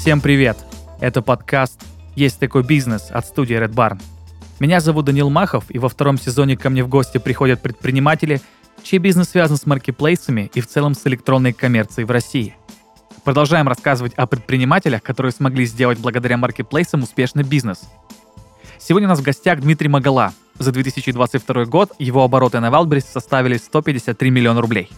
Всем привет! Это подкаст «Есть такой бизнес» от студии Red Barn. Меня зовут Данил Махов, и во втором сезоне ко мне в гости приходят предприниматели, чей бизнес связан с маркетплейсами и в целом с электронной коммерцией в России. Продолжаем рассказывать о предпринимателях, которые смогли сделать благодаря маркетплейсам успешный бизнес. Сегодня у нас в гостях Дмитрий Магала. За 2022 год его обороты на Wildberries составили 153 миллиона рублей.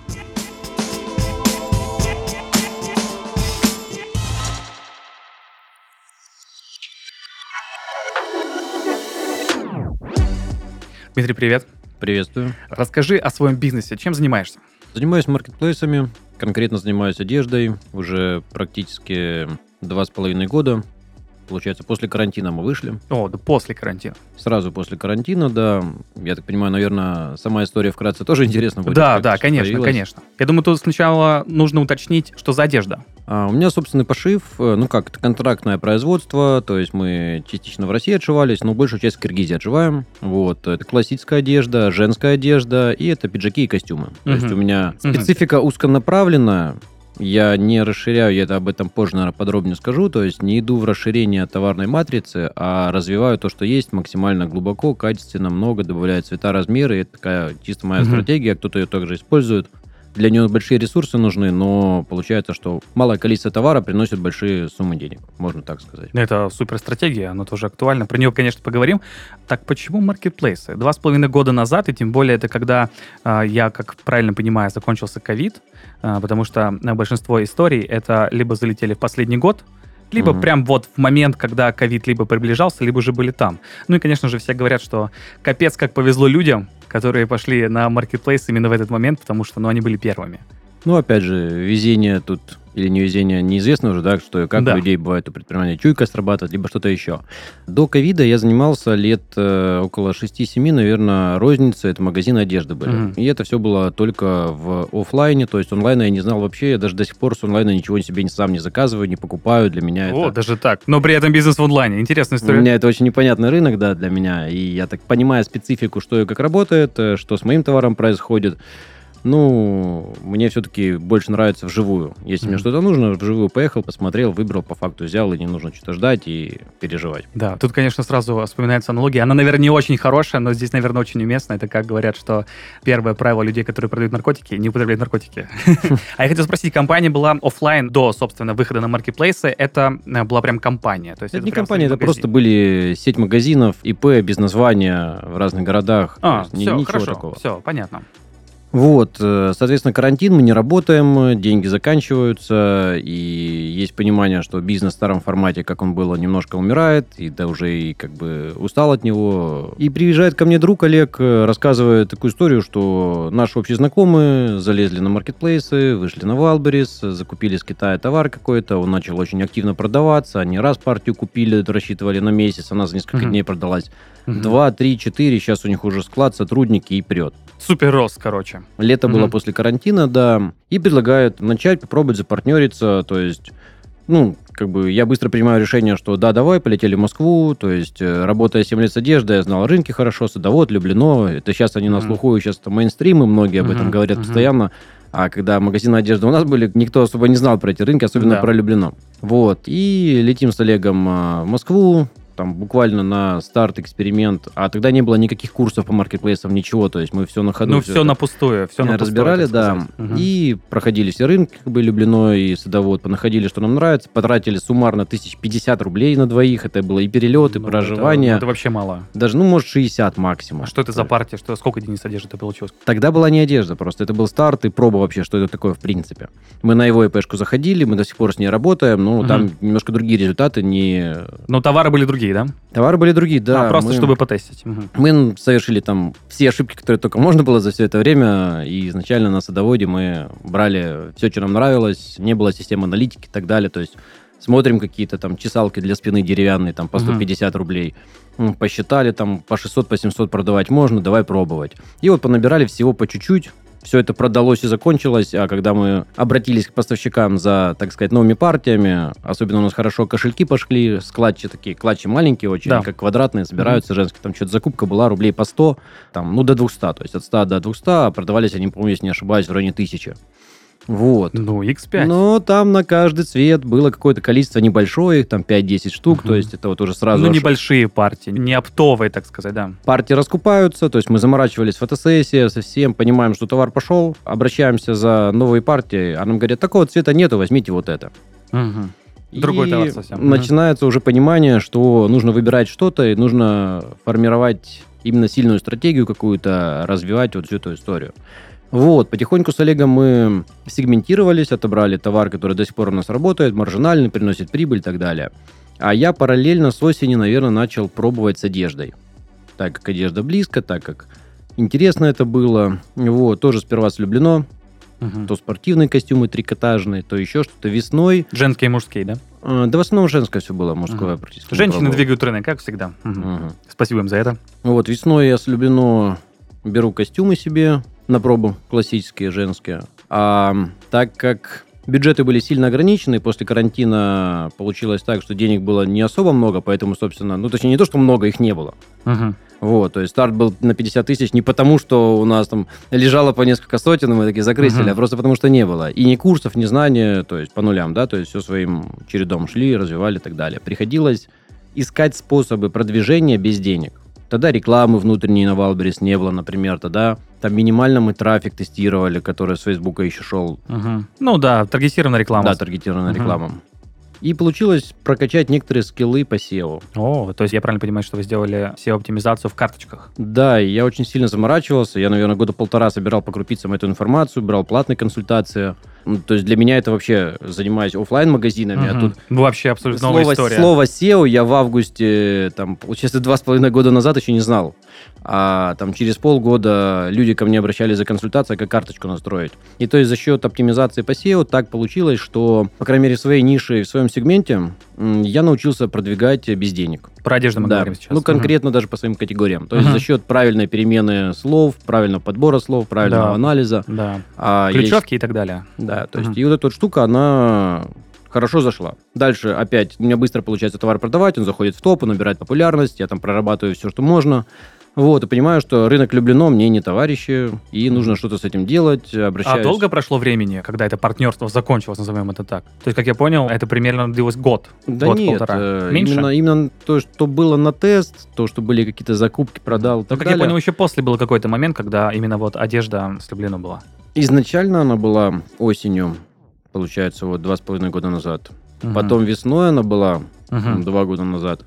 Дмитрий, привет. Приветствую. Расскажи о своем бизнесе. Чем занимаешься? Занимаюсь маркетплейсами, конкретно занимаюсь одеждой уже практически 2,5 года. Получается, после карантина мы вышли. Да после карантина. Сразу после карантина, да. Я так понимаю, наверное, сама история вкратце тоже интересна будет. Да, конечно. Я думаю, тут сначала нужно уточнить, что за одежда. У меня собственный пошив, это контрактное производство, то есть мы частично в России отшивались, но большую часть в Киргизии отшиваем. Это классическая одежда, женская одежда, и это пиджаки и костюмы. То есть у меня специфика узконаправленная. Я не расширяю, я об этом позже, наверное, подробнее скажу, то есть не иду в расширение товарной матрицы, а развиваю то, что есть, максимально глубоко, качественно, много, добавляю цвета, размеры, это такая чисто моя стратегия, кто-то ее также использует. Для нее большие ресурсы нужны, но получается, что малое количество товара приносит большие суммы денег, можно так сказать. Это супер стратегия, она тоже актуальна. Про нее, конечно, поговорим. Так почему маркетплейсы? 2,5 года назад, и тем более это когда я, как правильно понимаю, закончился ковид, потому что большинство историй это либо залетели в последний год, либо прям вот в момент, когда ковид либо приближался, либо уже были там. Ну и, конечно же, все говорят, что капец, как повезло людям, которые пошли на маркетплейс именно в этот момент, потому что они были первыми. Опять же, везение тут или невезение неизвестно уже, да, что и как у людей бывает у предпринимателей. Чуйка срабатывает, либо что-то еще. До ковида я занимался лет около 6-7, наверное, розницей, это магазины одежды были. И это все было только в офлайне, то есть онлайна я не знал вообще, я даже до сих пор с онлайна ничего себе сам не заказываю, не покупаю, для меня это... даже так, но при этом бизнес в онлайне, интересная история. У меня это очень непонятный рынок, да, для меня, и я так понимаю специфику, что и как работает, что с моим товаром происходит. Мне все-таки больше нравится вживую. Если мне что-то нужно, вживую поехал, посмотрел, выбрал, по факту взял, и не нужно что-то ждать и переживать. Да, тут, конечно, сразу вспоминается аналогия. Она, наверное, не очень хорошая, но здесь, наверное, очень уместно. Это как говорят, что первое правило людей, которые продают наркотики, не употребляют наркотики. А я хотел спросить, компания была офлайн до, собственно, выхода на маркетплейсы. Это была прям компания? Это не компания, это просто были сеть магазинов, ИП, без названия в разных городах. Все, хорошо, все, понятно. Соответственно, карантин, мы не работаем, деньги заканчиваются, и есть понимание, что бизнес в старом формате, как он был, немножко умирает, и да уже и как бы устал от него. И приезжает ко мне друг Олег, рассказывает такую историю, что наши общие знакомые залезли на маркетплейсы, вышли на Wildberries, закупили с Китая товар какой-то, он начал очень активно продаваться, они раз партию купили, рассчитывали на месяц, она за несколько дней продалась. 2, 3, 4, сейчас у них уже склад, сотрудники и прет. Супер рост, короче. Лето было после карантина, да, и предлагают начать, попробовать запартнериться, то есть, я быстро принимаю решение, что да, давай, полетели в Москву, то есть, работая 7 лет с одеждой, я знал рынки хорошо, Садовод, Люблино, это сейчас они на слуху, сейчас это мейнстрим, и многие об этом говорят постоянно, а когда магазины одежды у нас были, никто особо не знал про эти рынки, особенно про Люблино. И летим с Олегом в Москву, там буквально на старт, эксперимент, а тогда не было никаких курсов по маркетплейсам, ничего, то есть мы все на ходу. Все на пустую. Разбирали, да, и проходили все рынки, Люблино и Садовод, понаходили, что нам нравится, потратили суммарно 1050 рублей на двоих, это было и перелет, и проживание. Это вообще мало. Даже, может, 60 максимум. А что это за партия, сколько единиц одежды получилось? Тогда была не одежда, просто это был старт и проба вообще, что это такое в принципе. Мы на его ИПшку заходили, мы до сих пор с ней работаем, но там немножко другие результаты, Но товары были другие, да? Товары были другие, да. Просто чтобы потестить. Мы совершили там все ошибки, которые только можно было за все это время, и изначально на Садоводе мы брали все, что нам нравилось, не было системы аналитики и так далее, то есть смотрим какие-то там чесалки для спины деревянные, там по 150 рублей, посчитали, там по 600, по 700 продавать можно, давай пробовать. И понабирали всего по чуть-чуть, все это продалось и закончилось, а когда мы обратились к поставщикам за, так сказать, новыми партиями, особенно у нас хорошо кошельки пошли, складчи такие, клатчи маленькие очень, как квадратные, собираются женские, там что-то закупка была рублей по 100, до 200, то есть от 100 до 200, а продавались они, по-моему, если не ошибаюсь, в районе 1000. Вот. Ну, X5. Но там на каждый цвет было какое-то количество небольшое, там 5-10 штук, то есть это вот уже сразу... Ну, небольшие партии, не оптовые, так сказать, да. Партии раскупаются, то есть мы заморачивались в фотосессии, совсем понимаем, что товар пошел, обращаемся за новые партии, а нам говорят, такого цвета нету, возьмите вот это. Другой И товар совсем. начинается уже понимание, что нужно выбирать что-то, и нужно формировать именно сильную стратегию какую-то, развивать вот всю эту историю. Вот, потихоньку с Олегом мы сегментировались, отобрали товар, который до сих пор у нас работает, маржинальный, приносит прибыль и так далее. А я параллельно с осени, наверное, начал пробовать с одеждой. Так как одежда близко, так как интересно это было. Вот, тоже сперва слюблено. То спортивные костюмы трикотажные, то еще что-то весной. Женские и мужские, да? Да в основном женское все было, мужское практически. Женщины двигают рынок, как всегда. Спасибо им за это. Вот, весной я с Люблино беру костюмы себе на пробу, классические, женские. А так как бюджеты были сильно ограничены, после карантина получилось так, что денег было не особо много, поэтому, собственно, ну, точнее, не то, что много, их не было. Вот, то есть старт был на 50 тысяч не потому, что у нас там лежало по несколько сотен, и мы такие закрысили, а просто потому, что не было. И ни курсов, ни знания, то есть по нулям, да, то есть все своим чередом шли, развивали и так далее. Приходилось искать способы продвижения без денег. Тогда рекламы внутренней на Wildberries не было, например, тогда там минимально мы трафик тестировали, который с Фейсбука еще шел. Ну да, таргетированная реклама. Да, таргетированная реклама. И получилось прокачать некоторые скиллы по SEO. О, то есть я правильно понимаю, что вы сделали SEO-оптимизацию в карточках? Да, и я очень сильно заморачивался. Я, наверное, года полтора собирал по крупицам эту информацию, брал платные консультации. Ну, то есть для меня это вообще, занимаюсь офлайн-магазинами, а тут... Ну, вообще абсолютно новая история. Слово SEO я в августе, там, получается, 2,5 года назад еще не знал. А там через полгода люди ко мне обращались за консультацией, как карточку настроить. И то есть за счет оптимизации по SEO так получилось, что, по крайней мере, в своей нише, в своем сегменте я научился продвигать без денег. Про одежду мы говорим сейчас. Ну, конкретно даже по своим категориям. То есть за счет правильной перемены слов, правильного подбора слов, правильного анализа. Да. Ключевки и так далее. Да, то есть и вот эта вот штука, она хорошо зашла. Дальше опять у меня быстро получается товар продавать, он заходит в топ, он набирает популярность, я там прорабатываю все, что можно. Вот, и понимаю, что рынок Люблино мне не товарищи, и нужно что-то с этим делать, обращаюсь. А долго прошло времени, когда это партнерство закончилось, назовем это так? То есть, как я понял, это примерно длилось год? Да год, нет, полтора. Меньше? Именно то, что было на тест, то, что были какие-то закупки, продал и так как далее. я понял, еще после был какой-то момент, когда именно вот одежда с Люблино была. Изначально она была осенью, получается, вот 2,5 года назад. Потом весной она была, 2 года назад.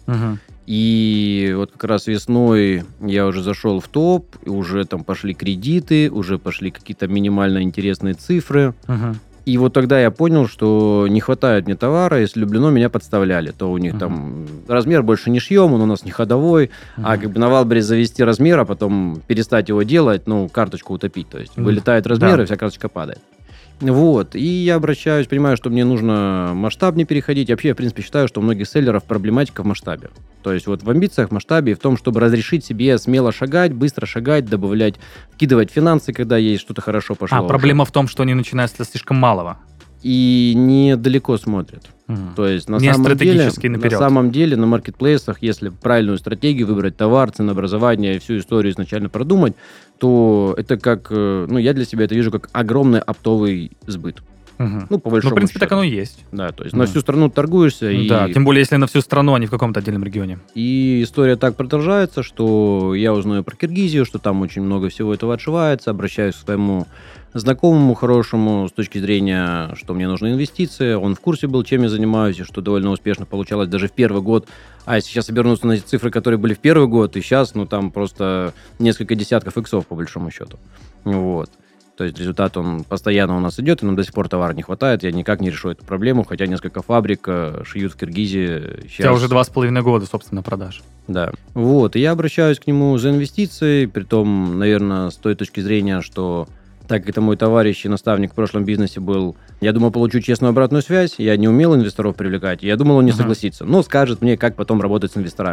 И вот как раз весной я уже зашел в топ, и уже там пошли кредиты, уже пошли какие-то минимально интересные цифры. И вот тогда я понял, что не хватает мне товара, если Люблино меня подставляли. То у них там размер больше не шьем, он у нас не ходовой, а как бы на Wildberries завести размер, а потом перестать его делать, ну, карточку утопить. То есть вылетает размер, и вся карточка падает. Вот, и я обращаюсь, понимаю, что мне нужно масштаб не переходить. Вообще, я, в принципе, считаю, что у многих селлеров проблематика в масштабе. То есть вот в амбициях, в масштабе, и в том, чтобы разрешить себе смело шагать, быстро шагать, добавлять, вкидывать финансы, когда есть что-то хорошо пошло. А проблема в том, что они начинают с слишком малого. И недалеко смотрят. То есть на самом деле на маркетплейсах, если правильную стратегию выбрать, товар, ценообразование, всю историю изначально продумать, то это как, ну, я для себя это вижу как огромный оптовый сбыт. Ну, по большому счету. Ну, в принципе, так оно и есть. Да, то есть на всю страну торгуешься. Да, тем более, если на всю страну, а не в каком-то отдельном регионе. И история так продолжается, что я узнаю про Киргизию, что там очень много всего этого отшивается, обращаюсь к своему знакомому хорошему с точки зрения, что мне нужны инвестиции. Он в курсе был, чем я занимаюсь, и что довольно успешно получалось даже в первый год. А если сейчас обернуться на цифры, которые были в первый год, и сейчас, ну, там просто несколько десятков иксов, по большому счету. Вот. То есть результат, он постоянно у нас идет, и нам до сих пор товара не хватает. Я никак не решу эту проблему, хотя несколько фабрик шьют в Киргизии. Сейчас... У тебя уже 2,5 года, собственно, продаж. Да. Вот, и я обращаюсь к нему за инвестицией, притом, наверное, с той точки зрения, что так как это мой товарищ и наставник в прошлом бизнесе был, я думал, получу честную обратную связь, я не умел инвесторов привлекать, я думал, он не согласится, но скажет мне, как потом работать с инвесторами.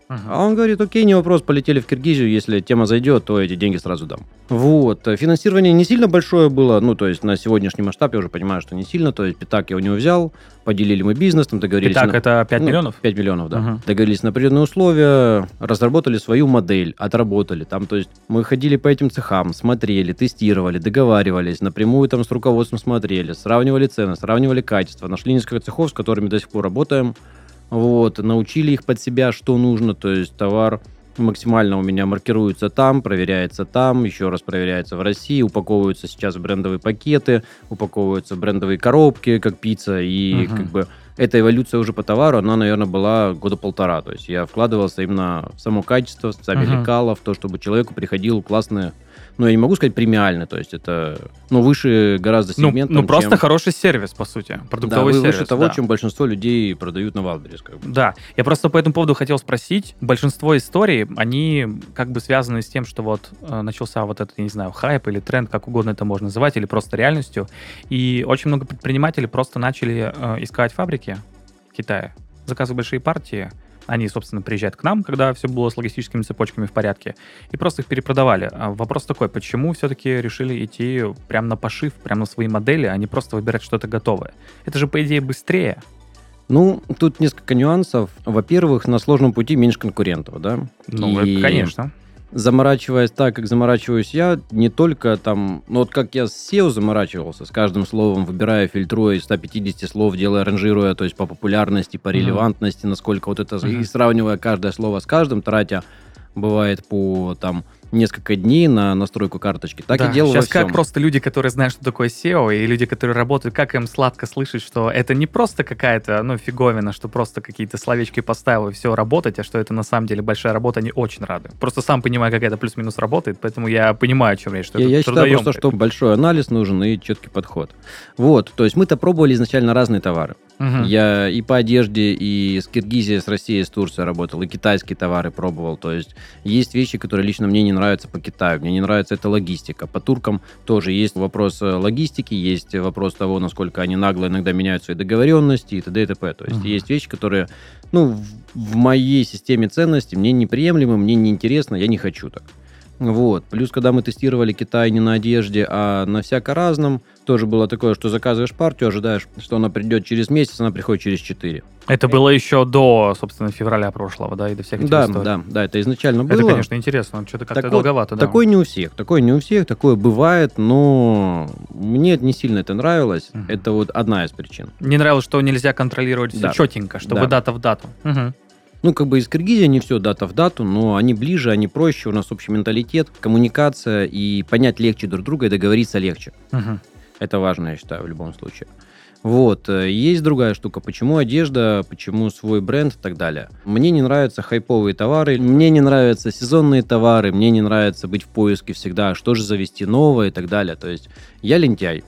А он говорит, окей, не вопрос, полетели в Киргизию, если тема зайдет, то эти деньги сразу дам. Вот. Финансирование не сильно большое было, ну, то есть на сегодняшний масштаб я уже понимаю, что не сильно, то есть Питак я у него взял, поделили мы бизнес, там договорились... Питак это 5 миллионов? 5 миллионов, да. Договорились на определенные условия, разработали свою модель, отработали. Там, то есть мы ходили по этим цехам, смотрели, тестировали, договаривались, напрямую там с руководством смотрели, сравнивали цены, сравнивали качество, нашли несколько цехов, с которыми до сих пор работаем. Вот, научили их под себя, что нужно, то есть товар максимально у меня маркируется там, проверяется там, еще раз проверяется в России, упаковываются сейчас в брендовые пакеты, упаковываются в брендовые коробки, как пицца, и как бы эта эволюция уже по товару, она, наверное, была года полтора, то есть я вкладывался именно в само качество, в сами лекала, в то, чтобы человеку приходил классный, ну, я не могу сказать премиальный, то есть это, ну, выше гораздо сегментом, Ну, просто чем... хороший сервис, по сути, продуктовый сервис. Выше того, чем большинство людей продают на Wildberries. Как бы. Да, я просто по этому поводу хотел спросить. Большинство историй, они как бы связаны с тем, что вот начался вот этот, я не знаю, хайп или тренд, как угодно это можно называть, или просто реальностью, и очень много предпринимателей просто начали искать фабрики в Китае, заказывать большие партии. Они, собственно, приезжают к нам, когда все было с логистическими цепочками в порядке, и просто их перепродавали. Вопрос такой, почему все-таки решили идти прямо на пошив, прямо на свои модели, а не просто выбирать что-то готовое? Это же, по идее, быстрее. Ну, тут несколько нюансов. Во-первых, на сложном пути меньше конкурентов, да? Ну, это, конечно. Заморачиваясь так, как заморачиваюсь я, не только там... Ну, вот как я с SEO заморачивался, с каждым словом, выбирая, фильтруя из 150 слов, делая, ранжируя, то есть по популярности, по релевантности, насколько вот это... И сравнивая каждое слово с каждым, тратя, бывает, по там несколько дней на настройку карточки. Так и делал во всем. Сейчас как просто люди, которые знают, что такое SEO, и люди, которые работают, как им сладко слышать, что это не просто какая-то, ну, фиговина, что просто какие-то словечки поставил и все работать, а что это на самом деле большая работа, они очень рады. Просто сам понимаю, как это плюс-минус работает, поэтому я понимаю, о чем речь. Что я считаю просто, что большой анализ нужен и четкий подход. Вот, то есть мы-то пробовали изначально разные товары. Я и по одежде, и с Киргизией, с Россией, с Турцией работал, и китайские товары пробовал. То есть есть вещи, которые лично мне не нравятся по Китаю. Мне не нравится эта логистика. По туркам тоже есть вопрос логистики, есть вопрос того, насколько они нагло иногда меняют свои договоренности и т.д. и т.п. То есть есть вещи, которые, ну, в моей системе ценностей мне неприемлемы, мне неинтересно, я не хочу так. Вот. Плюс, когда мы тестировали Китай не на одежде, а на всяко-разном, тоже было такое, что заказываешь партию, ожидаешь, что она придет через месяц, она приходит через 4. Это было еще до, собственно, февраля прошлого, да, и до всех этих историй. Да, это изначально было. Это, конечно, интересно, что-то как-то долговато, да. Такое не у всех, такое бывает, но мне не сильно это нравилось. Это вот одна из причин. Не нравилось, что нельзя контролировать все четенько, чтобы дата в дату. Ну, как бы из Киргизии не все дата в дату, но они ближе, они проще, у нас общий менталитет, коммуникация, и понять легче друг друга, и договориться легче. Это важно, я считаю, в любом случае. Вот, есть другая штука, почему одежда, почему свой бренд и так далее. Мне не нравятся хайповые товары, мне не нравятся сезонные товары, мне не нравится быть в поиске всегда, что же завести новое и так далее. То есть я лентяй.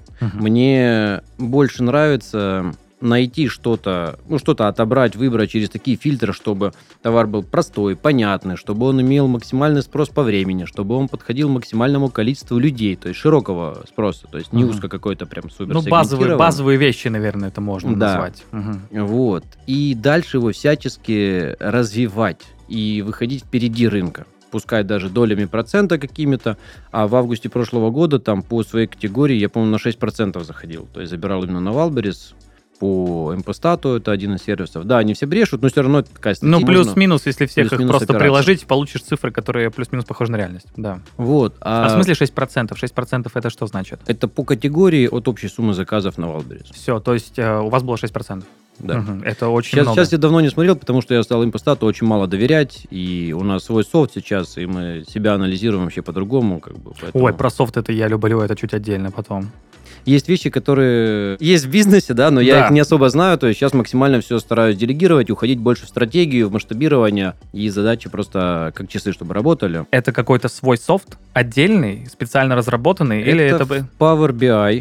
Мне больше нравится найти что-то, ну, что-то отобрать, выбрать через такие фильтры, чтобы товар был простой, понятный, чтобы он имел максимальный спрос по времени, чтобы он подходил максимальному количеству людей, то есть широкого спроса, то есть не узко какой-то прям супер. Ну, базовые вещи, наверное, это можно назвать. Вот. И дальше его всячески развивать и выходить впереди рынка. Пускай даже долями процента какими-то, а в августе прошлого года там по своей категории, я, по-моему, на 6% заходил, то есть забирал именно на Wildberries, по Импостату, это один из сервисов. Да, они все брешут, но все равно это такая статья. Ну, плюс-минус, если всех их просто опираться. Приложить, получишь цифры, которые плюс-минус похожи на реальность. Да. Вот. А в смысле 6%? 6% это что значит? Это по категории от общей суммы заказов на Wildberries. Все, то есть у вас было 6%? Да. Это очень много. Сейчас я давно не смотрел, потому что я стал Импостату очень мало доверять, и у нас свой софт сейчас, и мы себя анализируем вообще по-другому. Как бы, поэтому... Ой, про софт это я люблю, это чуть отдельно потом. Есть вещи, которые есть в бизнесе, да, но я их не особо знаю, то есть сейчас максимально все стараюсь делегировать, уходить больше в стратегию, в масштабирование, и задачи просто как часы, чтобы работали. Это какой-то свой софт отдельный, специально разработанный, или это бы... Power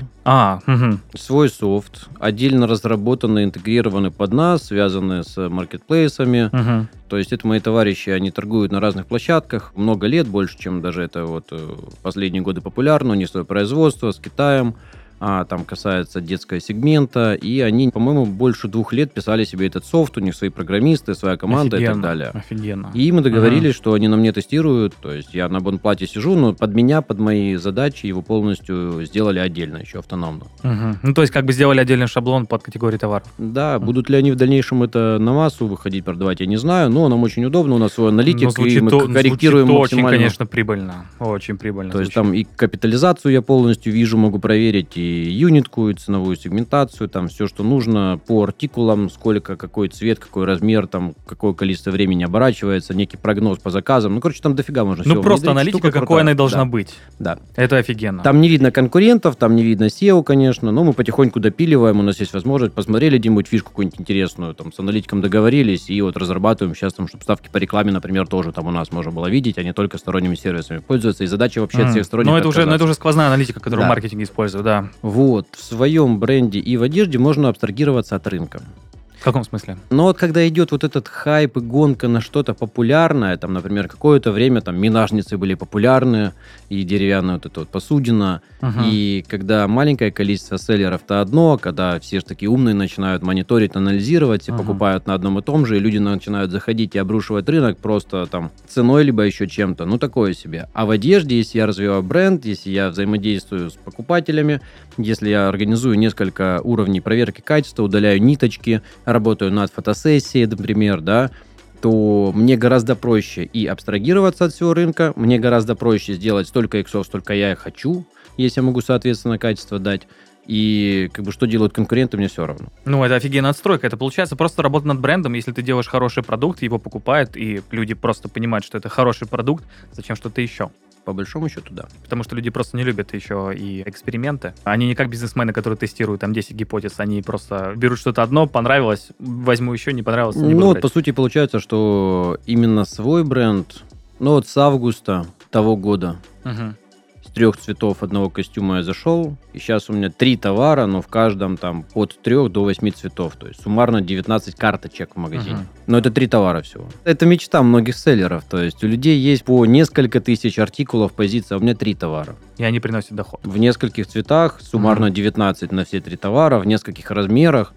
BI, свой софт, отдельно разработанный, интегрированный под нас, связанный с маркетплейсами. То есть это мои товарищи, они торгуют на разных площадках много лет, больше, чем даже это вот последние годы популярно, у них свое производство с Китаем. там касается детского сегмента, и они, по-моему, больше 2 лет писали себе этот софт, у них свои программисты, своя команда и так далее. Офигенно. И мы договорились, что они на мне тестируют, то есть я на абонплате сижу, но под меня, под мои задачи его полностью сделали отдельно, еще автономно. Ну, то есть как бы сделали отдельный шаблон под категорию товаров. Да, будут ли они в дальнейшем это на массу выходить, продавать, я не знаю, но нам очень удобно, у нас свой аналитик, и мы корректируем максимально. Очень, конечно, прибыльно. Очень прибыльно. То есть там и капитализацию я полностью вижу, могу проверить, и юнитку, и ценовую сегментацию, там все, что нужно по артикулам, сколько, какой цвет, какой размер, там какое количество времени оборачивается, некий прогноз по заказам. Ну, короче, там дофига можно всего. Ну, просто аналитика, какой она и должна быть. Да. Это офигенно. Там не видно конкурентов, там не видно SEO, конечно, но мы потихоньку допиливаем, у нас есть возможность, посмотрели где-нибудь фишку какую-нибудь интересную, там с аналитиком договорились, и вот разрабатываем сейчас, там, чтобы ставки по рекламе, например, тоже там у нас можно было видеть, а не только сторонними сервисами пользоваться, и задача вообще от всех сторонних отказаться. Но это уже сквозная аналитика, которую в маркетинге использую, да. Вот, в своем бренде и в одежде можно абстрагироваться от рынка. В каком смысле? Но вот когда идет вот этот хайп и гонка на что-то популярное, там, например, какое-то время там минажницы были популярны, и деревянная вот эта вот посудина, и когда маленькое количество селлеров-то одно, а когда все же такие умные начинают мониторить, анализировать, и покупают на одном и том же, и люди начинают заходить и обрушивать рынок просто там ценой, либо еще чем-то, ну такое себе. А в одежде, если я развиваю бренд, если я взаимодействую с покупателями, если я организую несколько уровней проверки качества, удаляю ниточки, работаю над фотосессией, например, да, то мне гораздо проще и абстрагироваться от всего рынка, мне гораздо проще сделать столько иксов, столько я хочу, если я могу, соответственно, качество дать. И как бы что делают конкуренты, мне все равно. Ну, это офигенная отстройка. Это получается просто работа над брендом. Если ты делаешь хороший продукт, его покупают, и люди просто понимают, что это хороший продукт, зачем что-то еще? По большому счету, да. Потому что люди просто не любят еще и эксперименты. Они не как бизнесмены, которые тестируют там 10 гипотез. Они просто берут что-то одно, понравилось, возьму еще, не понравилось, не буду брать. По сути, получается, что именно свой бренд, вот с августа того года, с 3 цветов одного костюма я зашел, и сейчас у меня 3 товара, но в каждом там от 3 до 8 цветов, то есть суммарно 19 карточек в магазине. Но это 3 товара всего. Это мечта многих селлеров, то есть у людей есть по несколько тысяч артикулов, позиций, а у меня 3 товара. И они приносят доход. В нескольких цветах, суммарно 19 на все 3 товара, в нескольких размерах.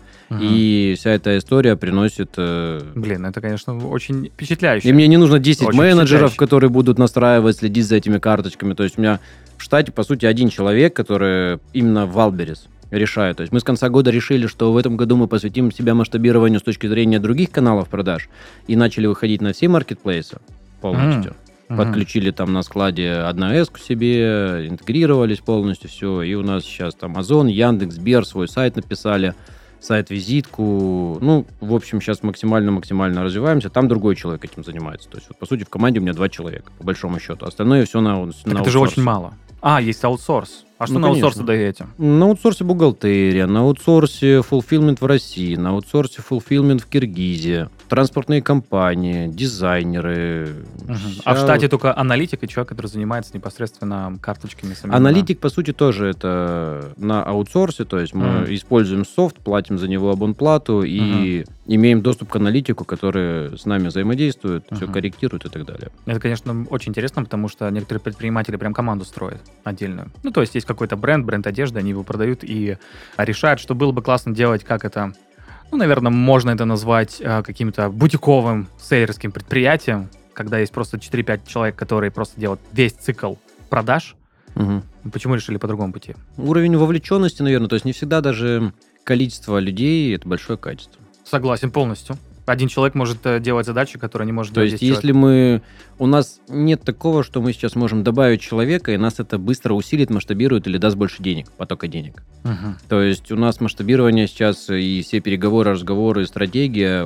И вся эта история приносит... Блин, это, конечно, очень впечатляюще. И мне не нужно 10 менеджеров, которые будут настраивать, следить за этими карточками. То есть у меня в штате, по сути, один человек, который именно в Wildberries решает. То есть мы с конца года решили, что в этом году мы посвятим себя масштабированию с точки зрения других каналов продаж и начали выходить на все маркетплейсы полностью. Подключили там на складе 1С к себе, интегрировались полностью, все. И у нас сейчас там Озон, Яндекс, Сбер свой сайт написали, сайт-визитку. Ну, в общем, сейчас максимально развиваемся. Там другой человек этим занимается. То есть, вот, по сути, в команде у меня 2 человека, по большому счету. Остальное все на аутсорсе. Это же очень мало. Есть аутсорс. А что на аутсорсе даете? На аутсорсе бухгалтерия, на аутсорсе фулфилмент в России, на аутсорсе фулфилмент в Киргизии, транспортные компании, дизайнеры. А в штате только аналитик и человек, который занимается непосредственно карточками самими. Аналитик, по сути, тоже это на аутсорсе, то есть мы используем софт, платим за него абонплату и имеем доступ к аналитику, который с нами взаимодействует, все корректирует и так далее. Это, конечно, очень интересно, потому что некоторые предприниматели прям команду строят отдельную. Ну, то есть какой-то бренд одежды, они его продают и решают, что было бы классно делать, как это, ну, наверное, можно это назвать каким-то бутиковым селлерским предприятием, когда есть просто 4-5 человек, которые просто делают весь цикл продаж. Почему решили по другому пути? Уровень вовлеченности, наверное, то есть не всегда даже количество людей — это большое качество. Согласен полностью. Один человек может делать задачи, которые не может делать 10 человек. То есть если у нас нет такого, что мы сейчас можем добавить человека, и нас это быстро усилит, масштабирует или даст больше денег, потока денег. То есть у нас масштабирование сейчас и все переговоры, разговоры, стратегия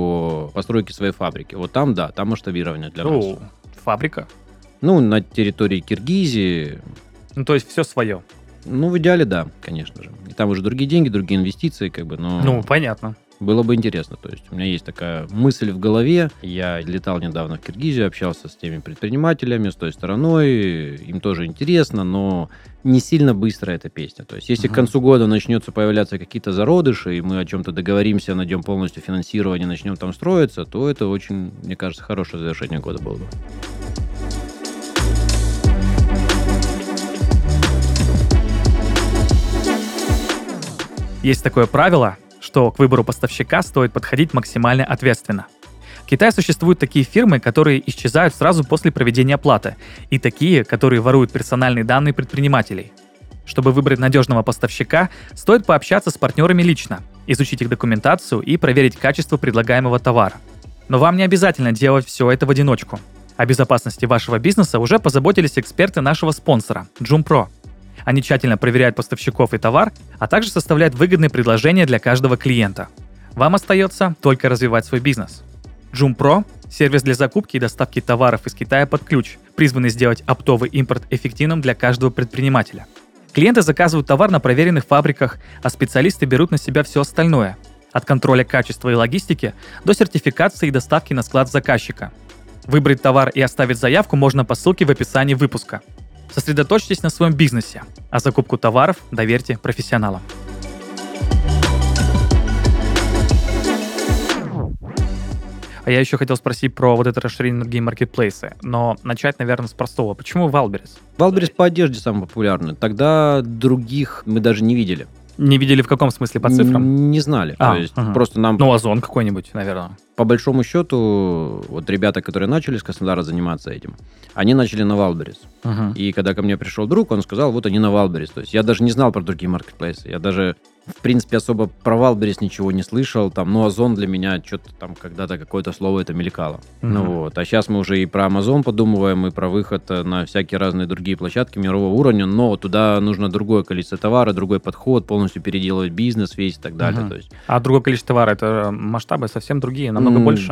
о постройке своей фабрики. Вот там, да, там масштабирование для нас. Фабрика? Ну, на территории Киргизии. Ну, то есть все свое. Ну, в идеале, да, конечно же. И там уже другие деньги, другие инвестиции, как бы, но... Ну, понятно. Было бы интересно. То есть у меня есть такая мысль в голове. Я летал недавно в Киргизию, общался с теми предпринимателями, с той стороной. Им тоже интересно, но не сильно быстро эта песня. То есть если к концу года начнется появляться какие-то зародыши, и мы о чем-то договоримся, найдем полностью финансирование, начнем там строиться, то это очень, мне кажется, хорошее завершение года было бы. Есть такое правило, что к выбору поставщика стоит подходить максимально ответственно. В Китае существуют такие фирмы, которые исчезают сразу после проведения оплаты, и такие, которые воруют персональные данные предпринимателей. Чтобы выбрать надежного поставщика, стоит пообщаться с партнерами лично, изучить их документацию и проверить качество предлагаемого товара. Но вам не обязательно делать все это в одиночку. О безопасности вашего бизнеса уже позаботились эксперты нашего спонсора – Joom-Pro. Они тщательно проверяют поставщиков и товар, а также составляют выгодные предложения для каждого клиента. Вам остается только развивать свой бизнес. Joom-Pro – сервис для закупки и доставки товаров из Китая под ключ, призванный сделать оптовый импорт эффективным для каждого предпринимателя. Клиенты заказывают товар на проверенных фабриках, а специалисты берут на себя все остальное – от контроля качества и логистики до сертификации и доставки на склад заказчика. Выбрать товар и оставить заявку можно по ссылке в описании выпуска. Сосредоточьтесь на своем бизнесе, а закупку товаров доверьте профессионалам. А я еще хотел спросить про вот это расширение на другие маркетплейсы, но начать, наверное, с простого. Почему Wildberries? Wildberries по одежде самый популярный. Тогда других мы даже не видели. Не видели в каком смысле, по цифрам? Не знали. То есть просто нам... Ну, Озон какой-нибудь, наверное. По большому счету, вот ребята, которые начали с Краснодара заниматься этим, они начали на Wildberries. И когда ко мне пришел друг, он сказал, вот они на Wildberries. То есть я даже не знал про другие маркетплейсы. Я даже, в принципе, особо про Wildberries ничего не слышал. Там, ну, Озон для меня что-то там когда-то какое-то слово это мелькало. Ну вот. А сейчас мы уже и про Amazon подумываем, и про выход на всякие разные другие площадки мирового уровня, но туда нужно другое количество товара, другой подход, полностью переделывать бизнес весь и так далее. То есть... А другое количество товара, это масштабы совсем другие, намного больше?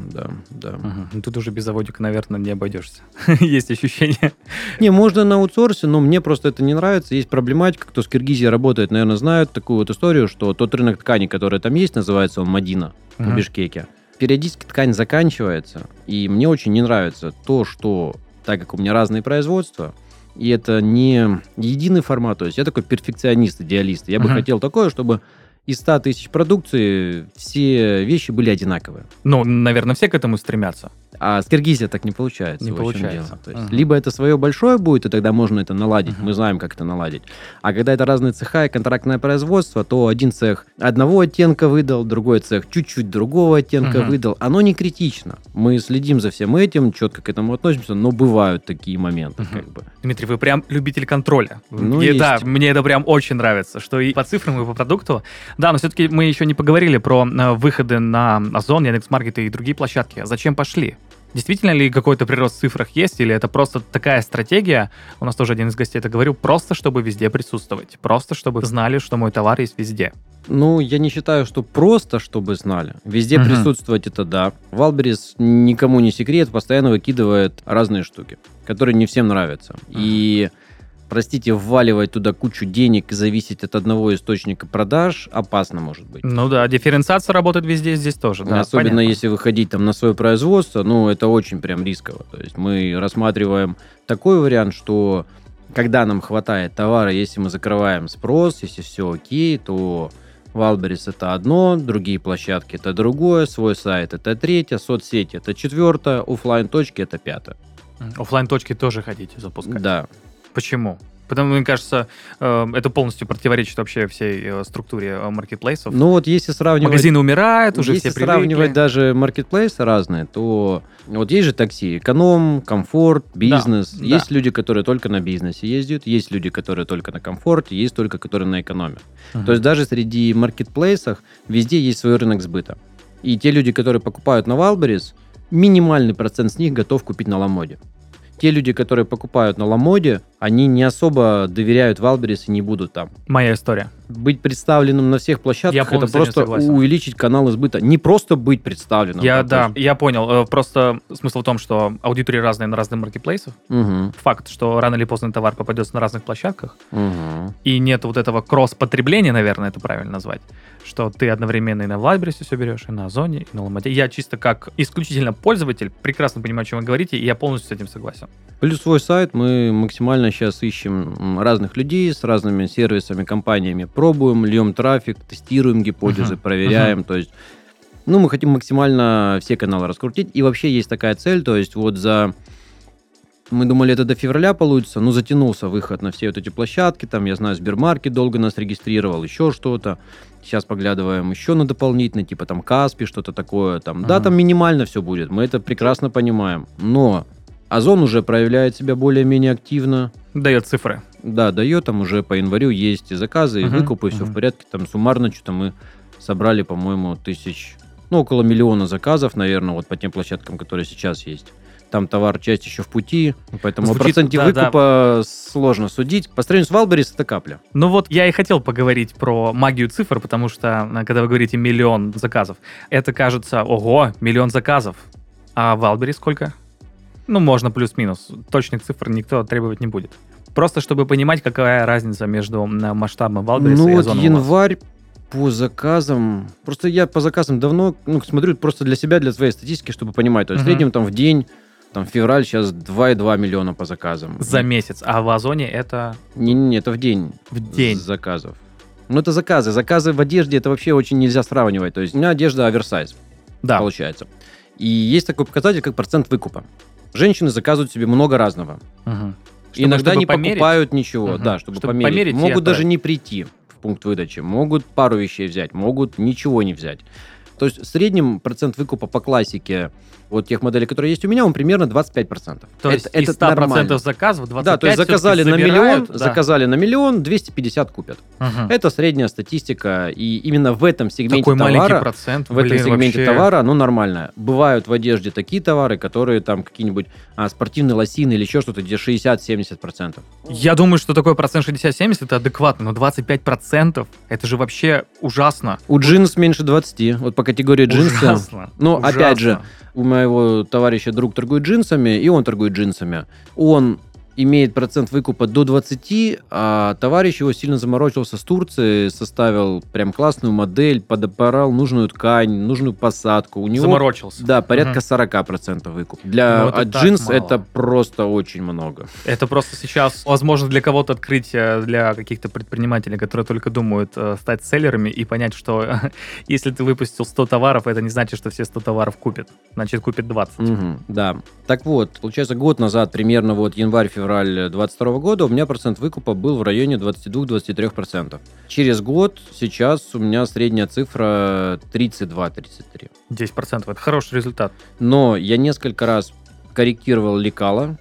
Да. Тут уже без заводика, наверное, не обойдешься. Есть ощущение. Не, можно на аутсорсе, но мне просто это не нравится. Есть проблематика, кто с Киргизией работает, наверное, знают такую вот историю, что тот рынок ткани, который там есть, называется он Мадина в Бишкеке. Периодически ткань заканчивается, и мне очень не нравится то, что, так как у меня разные производства, и это не единый формат, то есть я такой перфекционист, идеалист. Я бы хотел такое, чтобы из 100 тысяч продукции все вещи были одинаковые. Ну, наверное, все к этому стремятся. А с Киргизией так не получается. Не получается. То есть, либо это свое большое будет, и тогда можно это наладить. Мы знаем, как это наладить. А когда это разные цеха и контрактное производство, то один цех одного оттенка выдал, другой цех чуть-чуть другого оттенка выдал. Оно не критично. Мы следим за всем этим, четко к этому относимся, но бывают такие моменты. Как бы. Дмитрий, вы прям любитель контроля. Ну, да, мне это прям очень нравится, что и по цифрам, и по продукту. Да, но все-таки мы еще не поговорили про выходы на Озон, Яндекс.Маркет и другие площадки. Зачем пошли? Действительно ли какой-то прирост в цифрах есть, или это просто такая стратегия, у нас тоже один из гостей это говорил, просто чтобы везде присутствовать, просто чтобы знали, что мой товар есть везде? Ну, я не считаю, что просто, чтобы знали. Везде присутствовать это да. Wildberries никому не секрет, постоянно выкидывает разные штуки, которые не всем нравятся. И... Простите, вваливать туда кучу денег и зависеть от одного источника продаж опасно может быть. Ну да, дифференциация работает везде, здесь тоже. Да, особенно понятно. Если выходить там на свое производство, ну это очень прям рисково. То есть мы рассматриваем такой вариант, что когда нам хватает товара, если мы закрываем спрос, если все окей, то Wildberries это одно, другие площадки это другое, свой сайт это третье, соцсети это четвертое, офлайн-точки это пятое. Офлайн-точки тоже хотите запускать? Да. Почему? Потому, мне кажется, это полностью противоречит вообще всей структуре маркетплейсов. Ну вот если сравнивать... Магазины умирают, уже все привыкли. Если сравнивать даже маркетплейсы разные, то вот есть же такси, эконом, комфорт, бизнес. Да, есть люди, которые только на бизнесе ездят, есть люди, которые только на комфорте, есть только, которые на экономе. То есть даже среди маркетплейсов везде есть свой рынок сбыта. И те люди, которые покупают на Wildberries, минимальный процент с них готов купить на Ламоде. Те люди, которые покупают на Ламоде, они не особо доверяют Wildberries и не будут там. Моя история. Быть представленным на всех площадках, это просто увеличить каналы сбыта. Не просто быть представленным. Я понял. Просто смысл в том, что аудитории разные на разных маркетплейсах. Факт, что рано или поздно товар попадется на разных площадках. И нет вот этого кросс-потребления, наверное, это правильно назвать. Что ты одновременно и на Wildberries все берешь, и на Озоне, и на Ламоде. Я чисто как исключительно пользователь прекрасно понимаю, о чем вы говорите, и я полностью с этим согласен. Плюс свой сайт. Мы максимально сейчас ищем разных людей с разными сервисами, компаниями. Пробуем, льем трафик, тестируем гипотезы, проверяем. То есть, мы хотим максимально все каналы раскрутить. И вообще есть такая цель, то есть вот за Мы думали, это до февраля получится, но затянулся выход на все вот эти площадки. Там, я знаю, Сбермаркет долго нас регистрировал, еще что-то. Сейчас поглядываем еще на дополнительные, типа там Каспи, что-то такое. Там. Да, там минимально все будет, мы это прекрасно понимаем. Но Озон уже проявляет себя более-менее активно. Дает цифры. Да, дает, там уже по январю есть и заказы, и выкупы, все в порядке. Там суммарно что-то мы собрали, по-моему, около 1 миллиона заказов, наверное, вот по тем площадкам, которые сейчас есть. Там товар, часть еще в пути, поэтому о проценте выкупа сложно судить. По сравнению с Валберис это капля. Ну вот я и хотел поговорить про магию цифр, потому что, когда вы говорите 1 миллион заказов, это кажется, ого, 1 миллион заказов. А в Валберис сколько? Ну, можно плюс-минус. Точных цифр никто требовать не будет. Просто чтобы понимать, какая разница между масштабом Валберис и Озоном. Ну вот январь по заказам... Просто я по заказам давно смотрю просто для себя, для своей статистики, чтобы понимать. То есть в среднем там в день, там февраль сейчас 2,2 миллиона по заказам. За месяц. А в Озоне это... Не, это в день. В день. Заказов. Ну, это заказы. Заказы в одежде это вообще очень нельзя сравнивать. То есть у меня одежда оверсайз. Да. Получается. И есть такой показатель, как процент выкупа. Женщины заказывают себе много разного. Иногда не покупают ничего. Да, чтобы померить. Могут даже не прийти в пункт выдачи. Могут пару вещей взять, могут ничего не взять. То есть в среднем процент выкупа по классике вот тех моделей, которые есть у меня, он примерно 25%. То есть из 100% нормально. Заказов 25% да, то есть заказали на миллион, заказали на 1 миллион, 250 купят. Это средняя статистика, и именно в этом сегменте такой товара, маленький процент, в этом сегменте товара, оно нормально. Бывают в одежде такие товары, которые там какие-нибудь спортивные лосины или еще что-то, где 60-70%. Я думаю, что такой процент 60-70 это адекватно, но 25% это же вообще ужасно. У джинс меньше 20, вот по категории джинсы. Ужасно. Но ужасно. Опять же, у моего товарища друг торгует джинсами, и он торгует джинсами. Он имеет процент выкупа до 20, а товарищ его сильно заморочился с Турции, составил прям классную модель, подобрал нужную ткань, нужную посадку. У него, заморочился. Да, порядка 40% выкуп. Для джинс это просто очень много. Это просто сейчас, возможно, для кого-то открытие, для каких-то предпринимателей, которые только думают стать селлерами и понять, что если ты выпустил 100 товаров, это не значит, что все 100 товаров купят. Значит, купит 20. Да. Так вот, получается, год назад, примерно вот январь-февраль 2022 года у меня процент выкупа был в районе 22-23%. Через год сейчас у меня средняя цифра 32-33. 10% это хороший результат. Но я несколько раз корректировал лекала,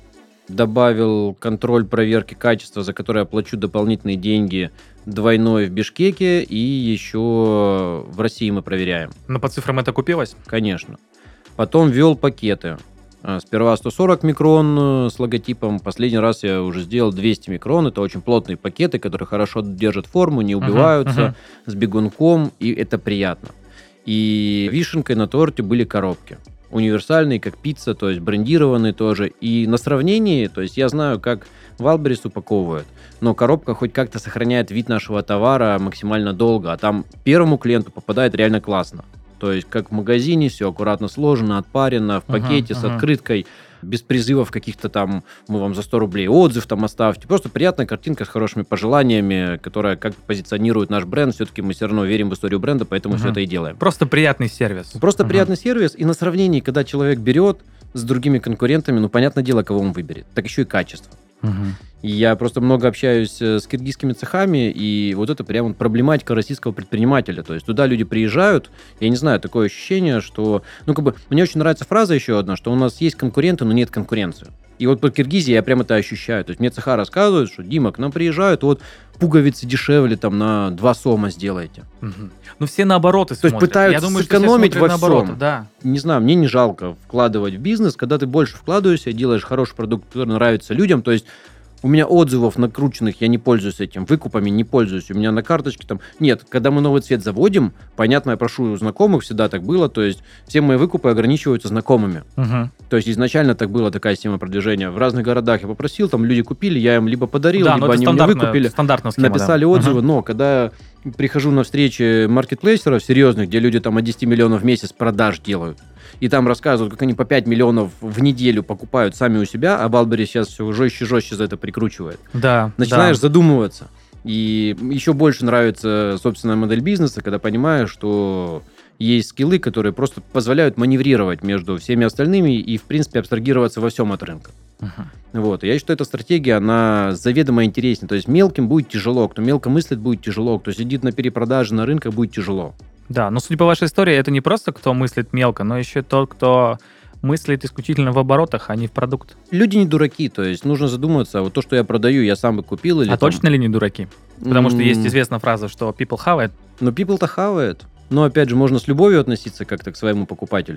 добавил контроль проверки качества, за который я плачу дополнительные деньги, двойной в Бишкеке, и еще в России мы проверяем. Но по цифрам это купилось? Конечно. Потом ввел пакеты. Сперва 140 микрон с логотипом. Последний раз я уже сделал 200 микрон. Это очень плотные пакеты, которые хорошо держат форму, не убиваются, с бегунком, и это приятно. И вишенкой на торте были коробки. Универсальные, как пицца, то есть брендированные тоже. И на сравнении, то есть я знаю, как Валберис упаковывают, но коробка хоть как-то сохраняет вид нашего товара максимально долго, а там первому клиенту попадает реально классно. То есть, как в магазине, все аккуратно сложено, отпарено, в пакете с открыткой, без призывов каких-то там, мы вам за 100 рублей отзыв там оставьте. Просто приятная картинка с хорошими пожеланиями, которая как позиционирует наш бренд. Все-таки мы все равно верим в историю бренда, поэтому все это и делаем. Просто приятный сервис. Просто приятный сервис. И на сравнении, когда человек берет с другими конкурентами, ну, понятное дело, кого он выберет. Так еще и качество. И я просто много общаюсь с киргизскими цехами, и вот это прям проблематика российского предпринимателя. То есть туда люди приезжают, я не знаю, такое ощущение, что... мне очень нравится фраза еще одна, что у нас есть конкуренты, но нет конкуренции. И вот по Киргизии я прям это ощущаю. То есть мне цеха рассказывают, что, Дима, к нам приезжают, вот пуговицы дешевле там на 2 сома сделайте. Ну все наоборот и смотрят. То есть пытаются сэкономить во всем. Да. Не знаю, мне не жалко вкладывать в бизнес, когда ты больше вкладываешься, делаешь хороший продукт, который нравится людям. То есть у меня отзывов накрученных, я не пользуюсь этим, выкупами не пользуюсь. У меня на карточке там... Нет, когда мы новый цвет заводим, понятно, я прошу у знакомых, всегда так было, то есть все мои выкупы ограничиваются знакомыми. То есть изначально так было, такая система продвижения. В разных городах я попросил, там люди купили, я им либо подарил, либо они мне выкупили, написали отзывы, но когда я прихожу на встречи маркетплейсеров серьезных, где люди там от 10 миллионов в месяц продаж делают, и там рассказывают, как они по 5 миллионов в неделю покупают сами у себя, а Валберис сейчас все жестче и жестче за это прикручивает. Да. Начинаешь задумываться. И еще больше нравится собственная модель бизнеса, когда понимаешь, что есть скиллы, которые просто позволяют маневрировать между всеми остальными и, в принципе, абстрагироваться во всем от рынка. Вот. И я считаю, эта стратегия, она заведомо интереснее. То есть мелким будет тяжело, кто мелко мыслит, будет тяжело, кто сидит на перепродаже на рынках, будет тяжело. Да, но судя по вашей истории, это не просто кто мыслит мелко, но еще тот, кто мыслит исключительно в оборотах, а не в продукт. Люди не дураки, то есть нужно задуматься, вот то, что я продаю, я сам бы купил или... Точно ли не дураки? Потому что есть известная фраза, что people have it. Но people-то хавает. Но, опять же, можно с любовью относиться как-то к своему покупателю.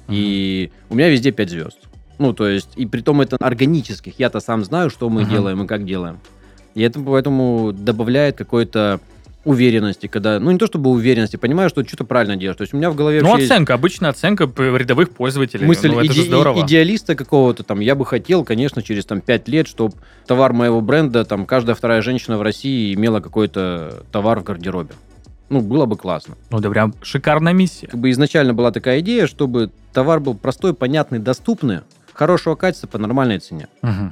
И у меня везде 5 звезд. Ну, то есть, и притом это органических. Я-то сам знаю, что мы делаем и как делаем. И это поэтому добавляет какой-то уверенности, когда... Ну, не то чтобы уверенности, понимаю, что что-то правильно делаешь. То есть у меня в голове вообще оценка, обычная оценка рядовых пользователей. Мысль это же здорово. Идеалиста какого-то там. Я бы хотел, конечно, через 5 лет, чтобы товар моего бренда, каждая вторая женщина в России имела какой-то товар в гардеробе. Было бы классно. Да прям шикарная миссия. Изначально была такая идея, чтобы товар был простой, понятный, доступный, хорошего качества по нормальной цене.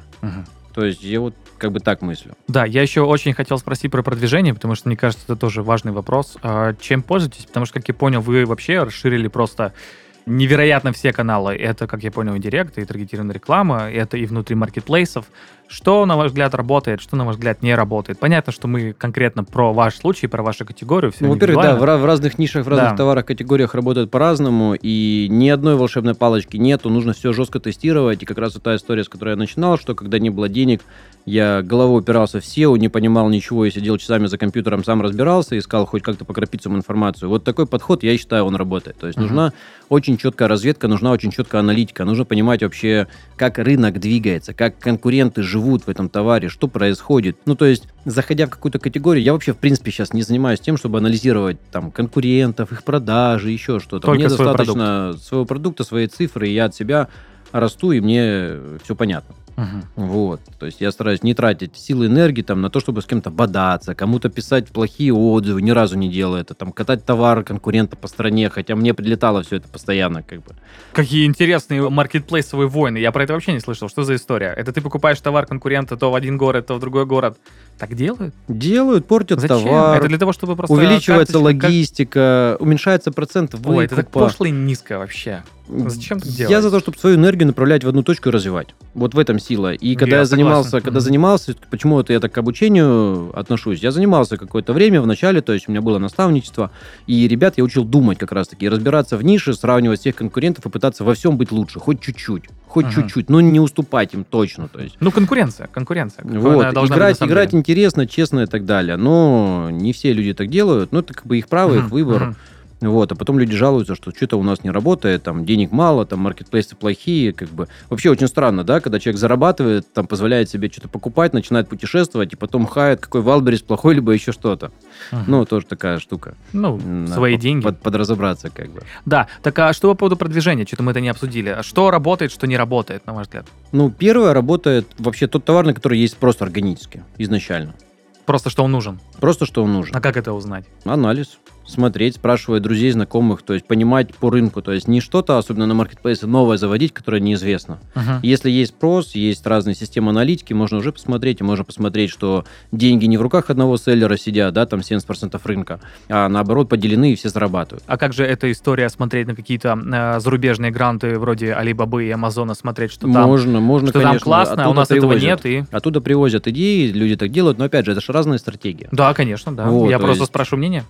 То есть я вот так мыслю. Да, я еще очень хотел спросить про продвижение, потому что, мне кажется, это тоже важный вопрос. Чем пользуетесь? Потому что, как я понял, вы вообще расширили просто невероятно все каналы. Это, как я понял, и директ, и таргетированная реклама, это и внутри маркетплейсов. Что, на ваш взгляд, работает, что, на ваш взгляд, не работает? Понятно, что мы конкретно про ваш случай, про вашу категорию, все во-первых, да, в разных нишах, в разных товарах, категориях работают по-разному, и ни одной волшебной палочки нету, нужно все жестко тестировать, и как раз вот та история, с которой я начинал, что когда не было денег, я головой упирался в SEO, не понимал ничего, и сидел часами за компьютером, сам разбирался, искал хоть как-то по крапицам информацию. Вот такой подход, я считаю, он работает. То есть нужна очень четкая разведка, нужна очень четкая аналитика, нужно понимать вообще, как рынок двигается, как конкуренты живут в этом товаре, что происходит. То есть, заходя в какую-то категорию, я вообще, в принципе, сейчас не занимаюсь тем, чтобы анализировать конкурентов, их продажи, еще что-то. Только мне достаточно своего продукта, своей цифры, и я от себя расту, и мне все понятно. Вот. То есть я стараюсь не тратить силы и энергии на то, чтобы с кем-то бодаться, кому-то писать плохие отзывы, ни разу не делая это, катать товар конкурента по стране, хотя мне прилетало все это постоянно. Какие интересные маркетплейсовые войны. Я про это вообще не слышал. Что за история? Это ты покупаешь товар конкурента то в один город, то в другой город. Так делают? Делают, портят Зачем? товар. Это для того, чтобы просто... Увеличивается логистика, уменьшается процент выкупа. Ой, это так пошло и низко вообще. Зачем так делать? Я за то, чтобы свою энергию направлять в одну точку и развивать. Вот в этом сила. И когда я занимался, почему это я так к обучению отношусь, я занимался какое-то время в начале, то есть у меня было наставничество, и ребят я учил думать как раз-таки, разбираться в нише, сравнивать всех конкурентов и пытаться во всем быть лучше, хоть чуть-чуть, но не уступать им точно. То есть. Конкуренция. Вот, играть интересно, честно и так далее. Но не все люди так делают, но это их право, их выбор. Вот, а потом люди жалуются, что что-то у нас не работает, денег мало, маркетплейсы плохие, Вообще очень странно, да, когда человек зарабатывает, позволяет себе что-то покупать, начинает путешествовать, и потом хает, какой Вайлдберрис плохой, либо еще что-то. Тоже такая штука. Свои деньги. Подразобраться, Да, так а что по поводу продвижения? Что-то мы это не обсудили. Что работает, что не работает, на ваш взгляд? Первое, работает вообще тот товар, на который есть спрос органически, изначально. Просто что он нужен? Просто что он нужен. А как это узнать? Анализ. Смотреть, спрашивать друзей, знакомых, то есть понимать по рынку, то есть не что-то, особенно на маркетплейсе, новое заводить, которое неизвестно. Если есть спрос, есть разные системы аналитики, можно уже посмотреть, и можно посмотреть, что деньги не в руках одного селлера сидят, 70% рынка, а наоборот поделены и все зарабатывают. А как же эта история смотреть на какие-то зарубежные гранты вроде Алибабы и Амазона, смотреть, что там, можно, что конечно, там классно, а у нас этого нет? Оттуда привозят идеи, люди так делают, но опять же, это же разные стратегии. Да, конечно, да. Вот, я просто спрашиваю мнение.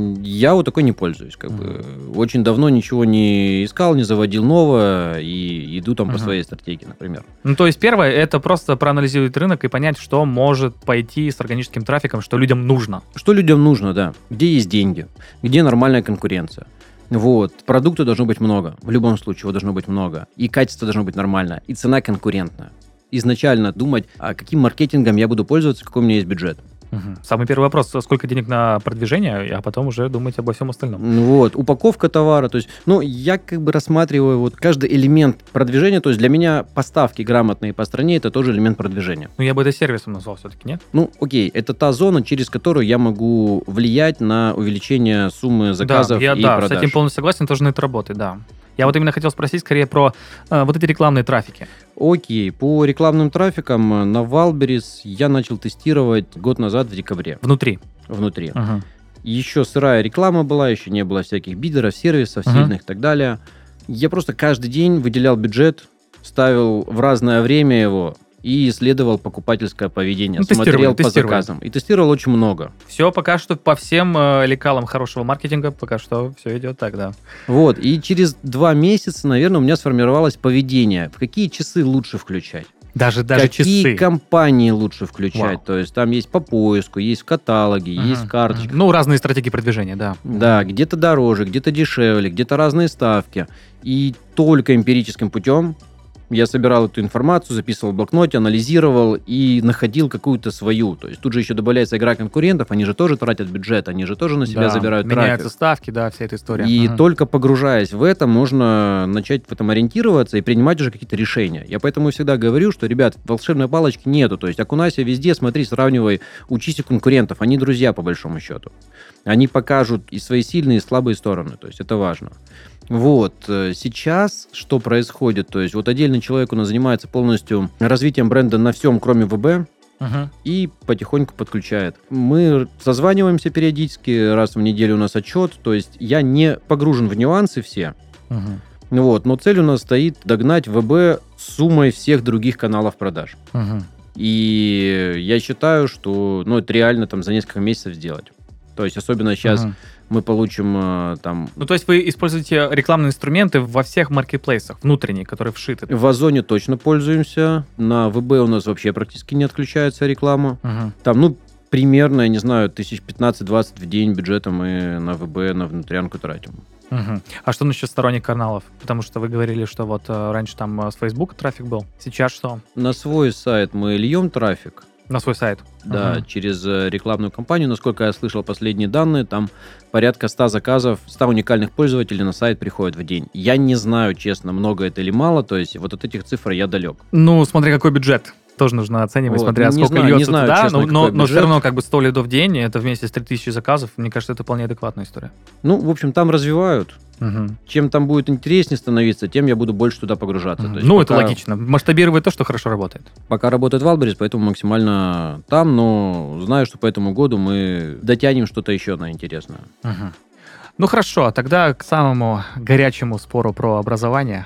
Я вот такой не пользуюсь. Очень давно ничего не искал, не заводил новое и иду по своей стратегии, например. То есть первое, это просто проанализировать рынок и понять, что может пойти с органическим трафиком, что людям нужно. Что людям нужно, да. Где есть деньги, где нормальная конкуренция. Вот. Продукта должно быть много. В любом случае его должно быть много. И качество должно быть нормальное. И цена конкурентная. Изначально думать, а каким маркетингом я буду пользоваться, какой у меня есть бюджет. Самый первый вопрос, сколько денег на продвижение, а потом уже думать обо всем остальном. Вот, упаковка товара, то есть, я рассматриваю каждый элемент продвижения, то есть для меня поставки грамотные по стране, это тоже элемент продвижения. Я бы это сервисом назвал все-таки, нет? Окей, это та зона, через которую я могу влиять на увеличение суммы заказов и продаж. С этим полностью согласен, тоже на это работает, да. Я вот именно хотел спросить скорее про вот эти рекламные трафики. Окей, по рекламным трафикам на Вайлдберрис я начал тестировать год назад в декабре. Внутри. Еще сырая реклама была, еще не было всяких бидеров, сервисов сильных и так далее. Я просто каждый день выделял бюджет ставил в разное время его и исследовал покупательское поведение, смотрел по заказам. И тестировал очень много. Все пока что по всем лекалам хорошего маркетинга, пока что все идет так, да. Вот, и через 2 месяца, наверное, у меня сформировалось поведение. В какие часы лучше включать? Даже какие часы. компании лучше включать? Вау. То есть там есть по поиску, есть в каталоге, есть в карточках. Ну, разные стратегии продвижения, да. Да, где-то дороже, где-то дешевле, где-то разные ставки. И только эмпирическим путем я собирал эту информацию, записывал в блокноте, анализировал и находил какую-то свою. То есть тут же еще добавляется игра конкурентов, они же тоже тратят бюджет, они же тоже на себя забирают меняются трафик. ставки, да, вся эта история. И только погружаясь в это, можно начать в этом ориентироваться и принимать уже какие-то решения. Я поэтому всегда говорю, что, ребят, волшебной палочки нету. То есть окунайся везде, смотри, сравнивай, учись у конкурентов. Они друзья, по большому счету. Они покажут и свои сильные, и слабые стороны. То есть это важно. Вот, сейчас что происходит? То есть вот отдельный человек у нас занимается полностью развитием бренда на всем, кроме ВБ, и потихоньку подключает. Мы созваниваемся периодически, раз в неделю у нас отчет, то есть я не погружен в нюансы все, вот, но цель у нас стоит догнать ВБ суммой всех других каналов продаж. И я считаю, что это реально там за несколько месяцев сделать. То есть особенно сейчас мы получим там... Ну, то есть вы используете рекламные инструменты во всех маркетплейсах, внутренние, которые вшиты? В Озоне точно пользуемся. На ВБ у нас вообще практически не отключается реклама. Там, примерно, я не знаю, 15-20 в день бюджета мы на ВБ, на внутрянку тратим. А что насчет сторонних каналов? Потому что вы говорили, что вот раньше там с Facebook трафик был. Сейчас что? На свой сайт мы льем трафик. На свой сайт? Да, через рекламную кампанию. Насколько я слышал последние данные, там порядка 100 заказов, 100 уникальных пользователей на сайт приходят в день. Я не знаю, честно, много это или мало, то есть вот от этих цифр я далек. Ну, смотри, какой бюджет. Тоже нужно оценивать, смотря сколько льется туда, честно, но все равно 100 лидов в день, это вместе с 3000 заказов, мне кажется, это вполне адекватная история. В общем, там развивают. Чем там будет интереснее становиться, тем я буду больше туда погружаться. То есть это логично. Масштабировать то, что хорошо работает. Пока работает Wildberries, поэтому максимально там, но знаю, что по этому году мы дотянем что-то еще на интересное. Ну хорошо, тогда к самому горячему спору про образование.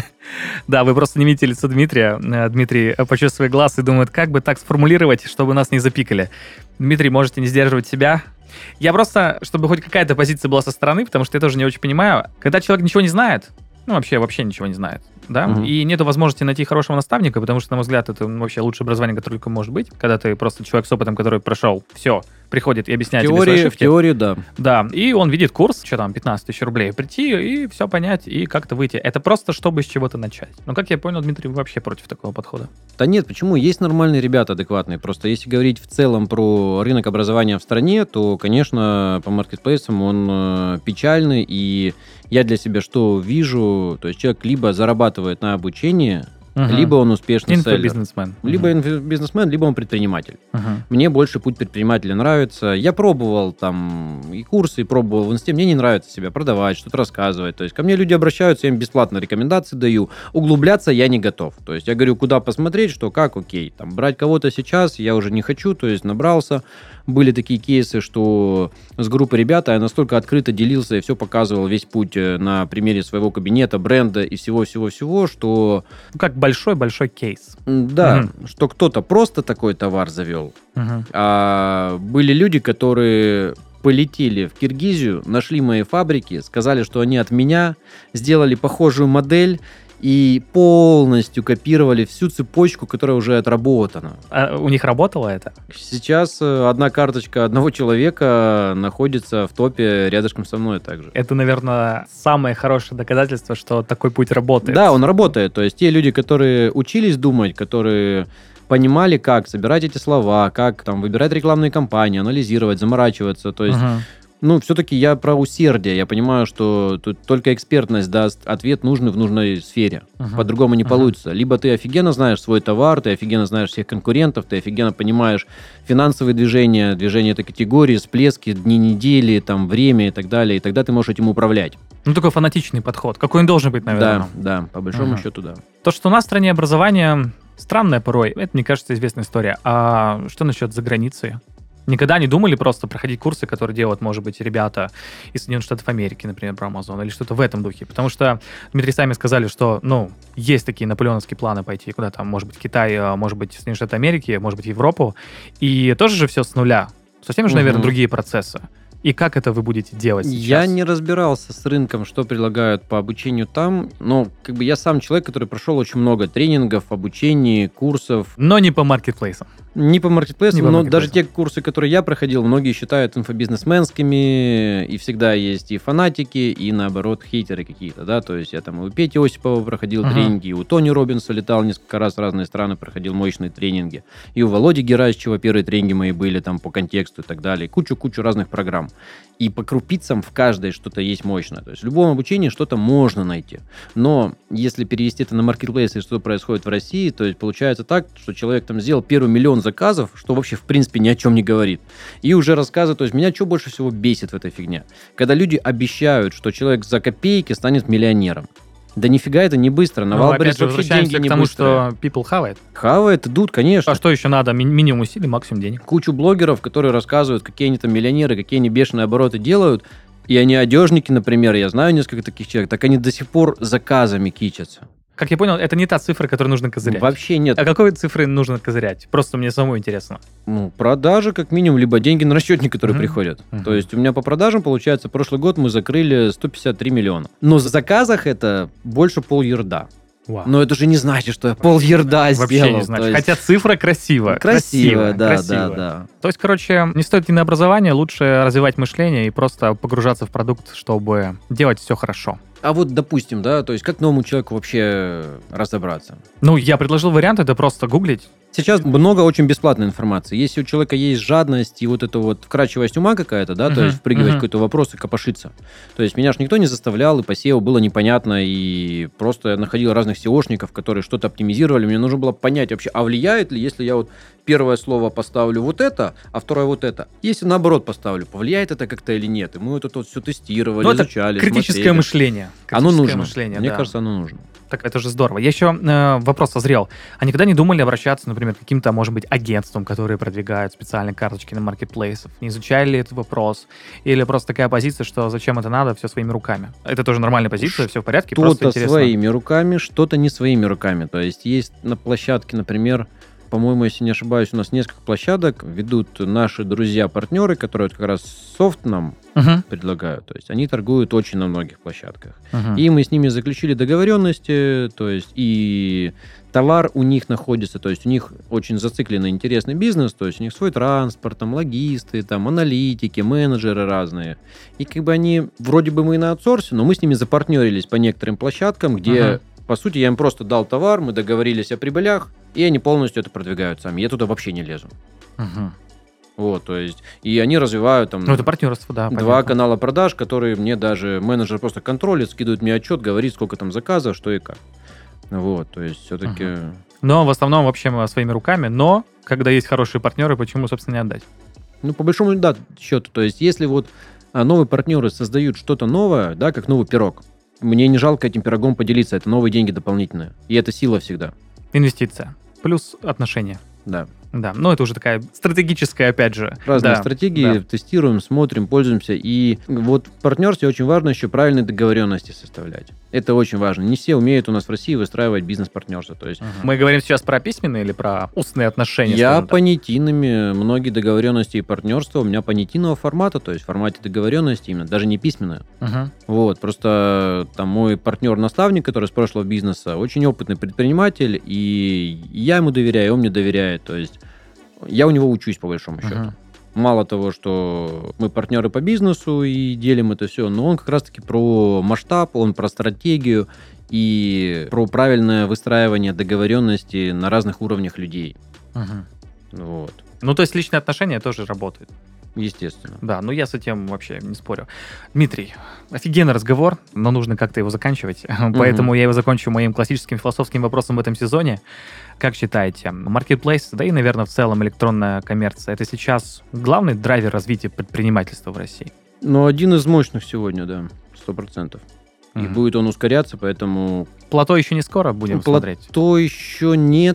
Да, вы просто не видите лицо Дмитрия. Дмитрий почесывает глаз и думает, как бы так сформулировать, чтобы нас не запикали. Дмитрий, можете не сдерживать себя. Я просто, чтобы хоть какая-то позиция была со стороны, потому что я тоже не очень понимаю, когда человек ничего не знает, вообще ничего не знает, да, и нету возможности найти хорошего наставника, потому что, на мой взгляд, это вообще лучшее образование, которое только может быть, когда ты просто человек с опытом, который прошел все, приходит и объясняет тебе свои ошибки. В теории, да. Да, и он видит курс, что там, 15 тысяч рублей, прийти и все понять, и как-то выйти. Это просто, чтобы с чего-то начать. Но, как я понял, Дмитрий, вы вообще против такого подхода. Да нет, почему? Есть нормальные ребята, адекватные. Просто если говорить в целом про рынок образования в стране, то, конечно, по маркетплейсам он печальный, и я для себя что вижу, то есть человек либо зарабатывает на обучении, либо он успешный селлер. Инфобизнесмен. Либо инфобизнесмен, либо он предприниматель. Мне больше путь предпринимателя нравится. Я пробовал там и курсы, и пробовал в инсте. Мне не нравится себя продавать, что-то рассказывать. То есть ко мне люди обращаются, я им бесплатно рекомендации даю. Углубляться я не готов. То есть я говорю, куда посмотреть, что как, окей. Там, брать кого-то сейчас я уже не хочу, то есть набрался. Были такие кейсы, что с группы ребята я настолько открыто делился и все показывал, весь путь на примере своего кабинета, бренда и всего-всего-всего, что... Как большой-большой кейс. Да, что кто-то просто такой товар завел, а были люди, которые полетели в Киргизию, нашли мои фабрики, сказали, что они от меня, сделали похожую модель, и полностью копировали всю цепочку, которая уже отработана. А у них работало это? Сейчас одна карточка одного человека находится в топе рядышком со мной также. Это, наверное, самое хорошее доказательство, что такой путь работает. Да, он работает. То есть те люди, которые учились думать, которые понимали, как собирать эти слова, как там выбирать рекламные кампании, анализировать, заморачиваться. То есть все-таки я про усердие. Я понимаю, что тут только экспертность даст ответ нужный в нужной сфере. По-другому не получится. Либо ты офигенно знаешь свой товар, ты офигенно знаешь всех конкурентов, ты офигенно понимаешь финансовые движения этой категории, всплески, дни недели, там, время и так далее. И тогда ты можешь этим управлять. Такой фанатичный подход. Какой он должен быть, наверное. Да, по большому счету, да. То, что у нас в стране образование странное порой, это, мне кажется, известная история. А что насчет за границей? Никогда не думали просто проходить курсы, которые делают, может быть, ребята из Соединенных Штатов Америки, например, про Amazon, или что-то в этом духе? Потому что, Дмитрий, сами сказали, что, есть такие наполеоновские планы пойти куда-то, может быть, в Китай, может быть, в Соединенные Штаты Америки, может быть, в Европу. И тоже же все с нуля. Совсем же, наверное, другие процессы. И как это вы будете делать сейчас? Я не разбирался с рынком, что предлагают по обучению там, но я сам человек, который прошел очень много тренингов, обучений, курсов. Но не по маркетплейсам. Не по маркетплейсам, но даже те курсы, которые я проходил, многие считают инфобизнесменскими, и всегда есть и фанатики, и, наоборот, хейтеры какие-то, да, то есть я там у Пети Осипова проходил тренинги, и у Тони Роббинса летал несколько раз в разные страны, проходил мощные тренинги, и у Володи Герасичева первые тренинги мои были там по контексту и так далее, кучу разных программ. И по крупицам в каждой что-то есть мощное. То есть в любом обучении что-то можно найти. Но если перевести это на маркетплейсы, что происходит в России, то есть получается так, что человек там сделал первый миллион заказов, что вообще в принципе ни о чем не говорит. И уже рассказывает, то есть меня что больше всего бесит в этой фигне? Когда люди обещают, что человек за копейки станет миллионером. Да нифига это не быстро. На Wildberries вообще деньги не потому быстрые. Что people хавает. Хавает, идут, конечно. А что еще надо? Минимум усилий, максимум денег. Кучу блогеров, которые рассказывают, какие они там миллионеры, какие они бешеные обороты делают. И они одежники, например, я знаю несколько таких человек, так они до сих пор заказами кичатся. Как я понял, это не та цифра, которую нужно козырять. Вообще нет. А какой цифры нужно козырять? Просто мне самому интересно. Продажи, как минимум, либо деньги на расчетник, которые приходят. То есть у меня по продажам, получается, прошлый год мы закрыли 153 миллиона. Но в заказах это больше полярда. Вау. Но это же не значит, что я полярда сделал. Вообще не значит. Хотя цифра красивая. Красиво, да. То есть, не стоит идти на образование, лучше развивать мышление и просто погружаться в продукт, чтобы делать все хорошо. А вот, допустим, да, то есть как новому человеку вообще разобраться? Я предложил вариант, это просто гуглить. Сейчас много очень бесплатной информации. Если у человека есть жадность и вот эта вот вкрадчивость ума какая-то, да, то есть впрыгивать в какой-то вопрос и копошиться. То есть меня ж никто не заставлял, и по SEO было непонятно, и просто я находил разных SEOшников, которые что-то оптимизировали. Мне нужно было понять вообще, а влияет ли, если я вот первое слово поставлю вот это, а второе вот это. Если наоборот поставлю, повлияет это как-то или нет. И мы вот это вот все тестировали, изучали, это критическое мышление. Оно нужно. Мне кажется, оно нужно. Так это же здорово. Я еще вопрос созрел. А никогда не думали обращаться, например, к каким-то, может быть, агентствам, которые продвигают специальные карточки на маркетплейсах? Не изучали ли этот вопрос? Или просто такая позиция, что зачем это надо, все своими руками? Это тоже нормальная позиция, все в порядке, просто интересно. Что-то своими руками, что-то не своими руками. То есть есть на площадке, например, по-моему, если не ошибаюсь, у нас несколько площадок ведут наши друзья-партнеры, которые как раз софт нам предлагают. То есть они торгуют очень на многих площадках. И мы с ними заключили договоренности, то есть и товар у них находится, то есть у них очень зацикленный интересный бизнес, то есть у них свой транспорт, там логисты, там аналитики, менеджеры разные. И они, вроде бы мы на аутсорсе, но мы с ними запартнерились по некоторым площадкам, где... По сути, я им просто дал товар, мы договорились о прибылях, и они полностью это продвигают сами. Я туда вообще не лезу. Вот, то есть, и они развивают там... это партнерство, да. 2 канала продаж, которые мне даже менеджер просто контролит, скидывает мне отчет, говорит, сколько там заказов, что и как. Вот, то есть, все-таки... Но в основном, в общем, своими руками, но когда есть хорошие партнеры, почему, собственно, не отдать? По большому счету, то есть, если вот новые партнеры создают что-то новое, да, как новый пирог, мне не жалко этим пирогом поделиться. Это новые деньги дополнительные. И это сила всегда. Инвестиция. Плюс отношения. Да. Да, это уже такая стратегическая, опять же. Разные стратегии, тестируем, смотрим, пользуемся. И вот в партнерстве очень важно еще правильные договоренности составлять. Это очень важно. Не все умеют у нас в России выстраивать бизнес-партнерство. То есть... Мы говорим сейчас про письменные или про устные отношения? Я понятийными. Многие договоренности и партнерства у меня понятийного формата, то есть в формате договоренности именно, даже не письменные. Вот, просто там мой партнер-наставник, который с прошлого бизнеса, очень опытный предприниматель, и я ему доверяю, и он мне доверяет. То есть я у него учусь, по большому счету. Мало того, что мы партнеры по бизнесу и делим это все, но он как раз-таки про масштаб, он про стратегию и про правильное выстраивание договоренности на разных уровнях людей. Вот. То есть личные отношения тоже работают. Естественно. Да, я с этим вообще не спорю. Дмитрий, офигенный разговор, но нужно как-то его заканчивать. Поэтому я его закончу моим классическим философским вопросом в этом сезоне. Как считаете, маркетплейс, да и, наверное, в целом электронная коммерция, это сейчас главный драйвер развития предпринимательства в России? Один из мощных сегодня, да, 100%. И будет он ускоряться, поэтому... Плато еще не скоро будем смотреть? Плато еще нет.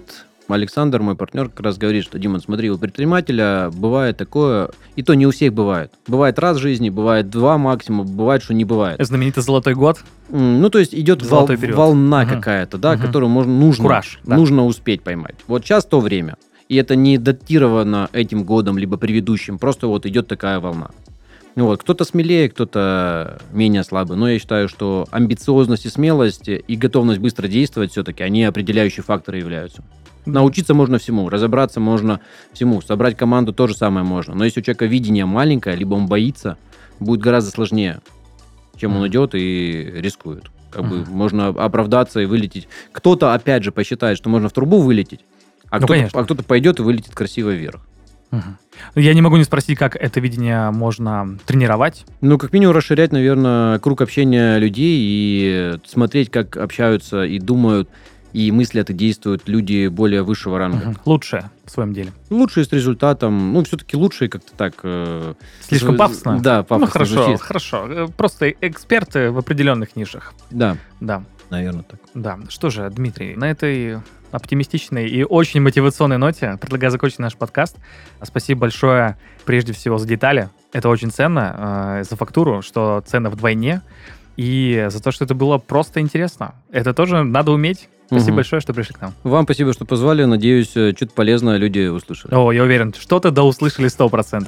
Александр, мой партнер, как раз говорит, что, Димон, смотри, у предпринимателя бывает такое, и то не у всех бывает. Бывает раз в жизни, бывает 2 максимум, бывает, что не бывает. Знаменитый золотой год. Ну, то есть идет волна какая-то, да, которую нужно успеть поймать. Вот сейчас то время. И это не датировано этим годом, либо предыдущим. Просто вот идет такая волна. Вот. Кто-то смелее, кто-то менее слабый. Но я считаю, что амбициозность и смелость, и готовность быстро действовать все-таки, они определяющие факторы являются. Научиться можно всему, разобраться можно всему, собрать команду то же самое можно. Но если у человека видение маленькое, либо он боится, будет гораздо сложнее, чем он идет и рискует. Как бы можно оправдаться и вылететь. Кто-то, опять же, посчитает, что можно в трубу вылететь, а кто-то пойдет и вылетит красиво вверх. Я не могу не спросить, как это видение можно тренировать. Ну, как минимум, расширять, наверное, круг общения людей и смотреть, как общаются и думают, и мыслят, и действуют люди более высшего ранга. Лучшие в своем деле. Лучшие с результатом. Ну, все-таки лучшие как-то так... Слишком пафосно? Да, пафосно звучит. Хорошо. Просто эксперты в определенных нишах. Да. Да. Наверное, так. Да. Что же, Дмитрий, на этой оптимистичной и очень мотивационной ноте предлагаю закончить наш подкаст. Спасибо большое, прежде всего, за детали. Это очень ценно. За фактуру, что ценно вдвойне. И за то, что это было просто интересно. Это тоже надо уметь. Спасибо большое, что пришли к нам. Вам спасибо, что позвали. Надеюсь, что-то полезное люди услышали. О, я уверен, что-то да услышали 100%.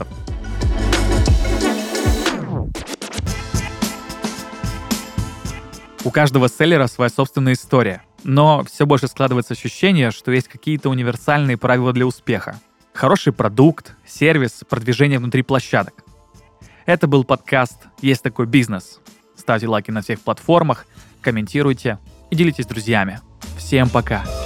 У каждого селлера своя собственная история. Но все больше складывается ощущение, что есть какие-то универсальные правила для успеха. Хороший продукт, сервис, продвижение внутри площадок. Это был подкаст «Есть такой бизнес». Ставьте лайки на всех платформах, комментируйте и делитесь с друзьями. Всем пока!